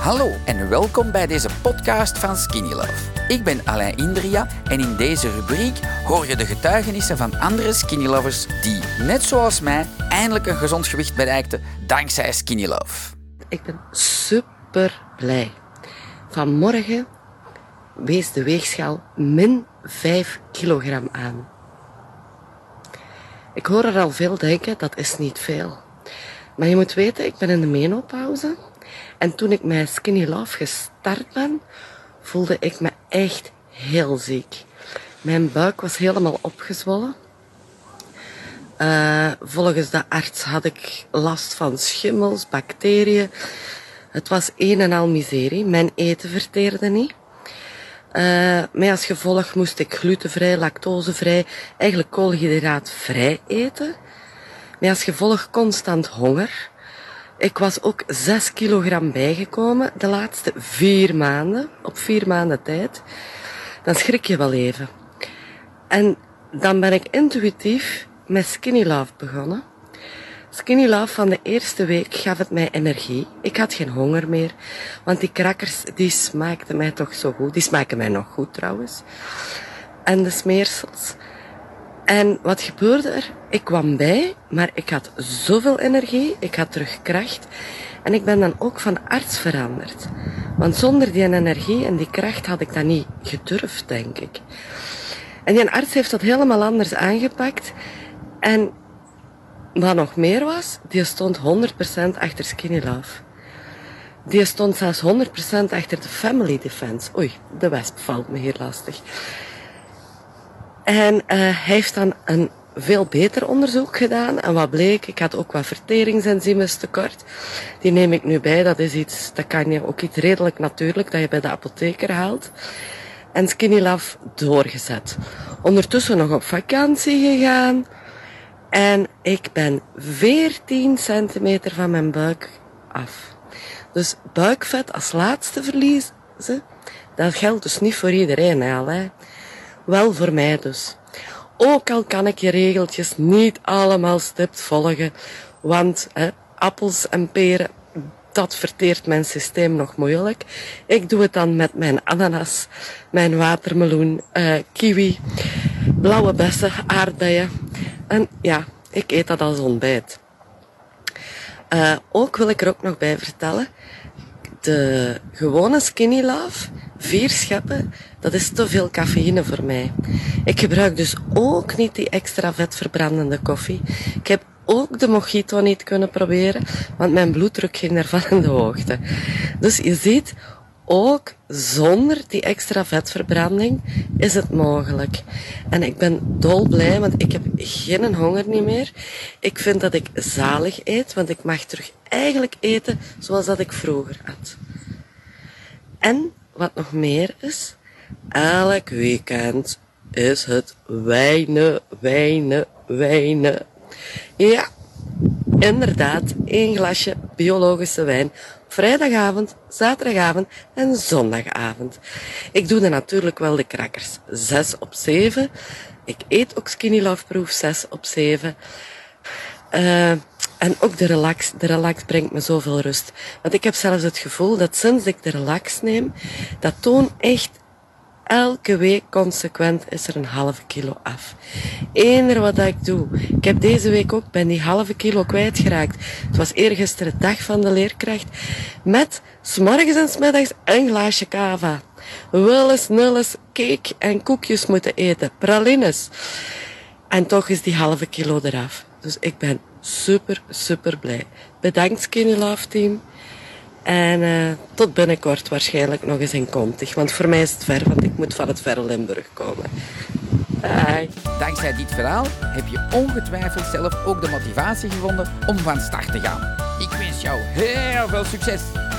Hallo en welkom bij deze podcast van Skinny Love. Ik ben Alain Indria en in deze rubriek hoor je de getuigenissen van andere Skinny Lovers die, net zoals mij, eindelijk een gezond gewicht bereikten dankzij Skinny Love. Ik ben super blij. Vanmorgen wees de weegschaal min 5 kilogram aan. Ik hoor er al veel denken, dat is niet veel. Maar je moet weten, ik ben in de menopauze. En toen ik met Skinny Love gestart ben, voelde ik me echt heel ziek. Mijn buik was helemaal opgezwollen. Volgens de arts had ik last van schimmels, bacteriën. Het was een en al miserie. Mijn eten verteerde niet. Met als gevolg moest ik glutenvrij, lactosevrij, eigenlijk koolhydraatvrij eten. Met als gevolg constant honger. Ik was ook 6 kilogram bijgekomen de laatste 4 maanden. Op 4 maanden tijd. Dan schrik je wel even. En dan ben ik intuïtief met Skinny Love begonnen. Skinny Love van de eerste week gaf het mij energie. Ik had geen honger meer. Want die crackers, die smaakten mij toch zo goed. Die smaken mij nog goed trouwens. En de smeersels. En wat gebeurde er? Ik kwam bij, maar ik had zoveel energie. Ik had terug kracht. En ik ben dan ook van arts veranderd. Want zonder die energie en die kracht had ik dat niet gedurfd, denk ik. En die arts heeft dat helemaal anders aangepakt. En wat nog meer was, die stond 100% achter Skinny Love. Die stond zelfs 100% achter de Family Defense. Oei, de wesp valt me hier lastig. En hij heeft dan een veel beter onderzoek gedaan. En wat bleek, ik had ook wat verteringsenzymes tekort. Die neem ik nu bij, dat is iets, dat kan je ook iets redelijk natuurlijk, dat je bij de apotheker haalt. En Skinny Love doorgezet. Ondertussen nog op vakantie gegaan. En ik ben 14 centimeter van mijn buik af. Dus buikvet als laatste verliezen, dat geldt dus niet voor iedereen, hè. Wel voor mij dus. Ook al kan ik je regeltjes niet allemaal stipt volgen, want appels en peren, dat verteert mijn systeem nog moeilijk. Ik doe het dan met mijn ananas, mijn watermeloen, kiwi, blauwe bessen, aardbeien. En ja, ik eet dat als ontbijt. Ook wil ik er ook nog bij vertellen, de gewone Skinny Love, 4 scheppen, dat is te veel cafeïne voor mij. Ik gebruik dus ook niet die extra vetverbrandende koffie. Ik heb ook de mojito niet kunnen proberen, want mijn bloeddruk ging daarvan in de hoogte. Dus je ziet, ook zonder die extra vetverbranding is het mogelijk. En ik ben dolblij, want ik heb geen honger niet meer. Ik vind dat ik zalig eet, want ik mag terug eigenlijk eten zoals dat ik vroeger had. En wat nog meer is, elk weekend is het wijnen. Ja, inderdaad, 1 glasje biologische wijn. Vrijdagavond, zaterdagavond en zondagavond. Ik doe dan natuurlijk wel de crackers 6 op 7. Ik eet ook Skinny Love Proof 6 op 7. En ook de relax. De relax brengt me zoveel rust. Want ik heb zelfs het gevoel dat sinds ik de relax neem, dat toon echt elke week consequent is er een halve kilo af. Eender wat ik doe. Ik heb deze week ook ben die halve kilo kwijtgeraakt. Het was eergisteren de dag van de leerkracht. Met 's morgens en 's middags een glaasje cava. Willes, nulles, cake en koekjes moeten eten. Pralines. En toch is die halve kilo eraf. Dus ik ben super blij. Bedankt Skinny Love team. En tot binnenkort waarschijnlijk nog eens in Kontig. Want voor mij is het ver, want ik moet van het verre Limburg komen. Bye. Dankzij dit verhaal heb je ongetwijfeld zelf ook de motivatie gevonden om van start te gaan. Ik wens jou heel veel succes!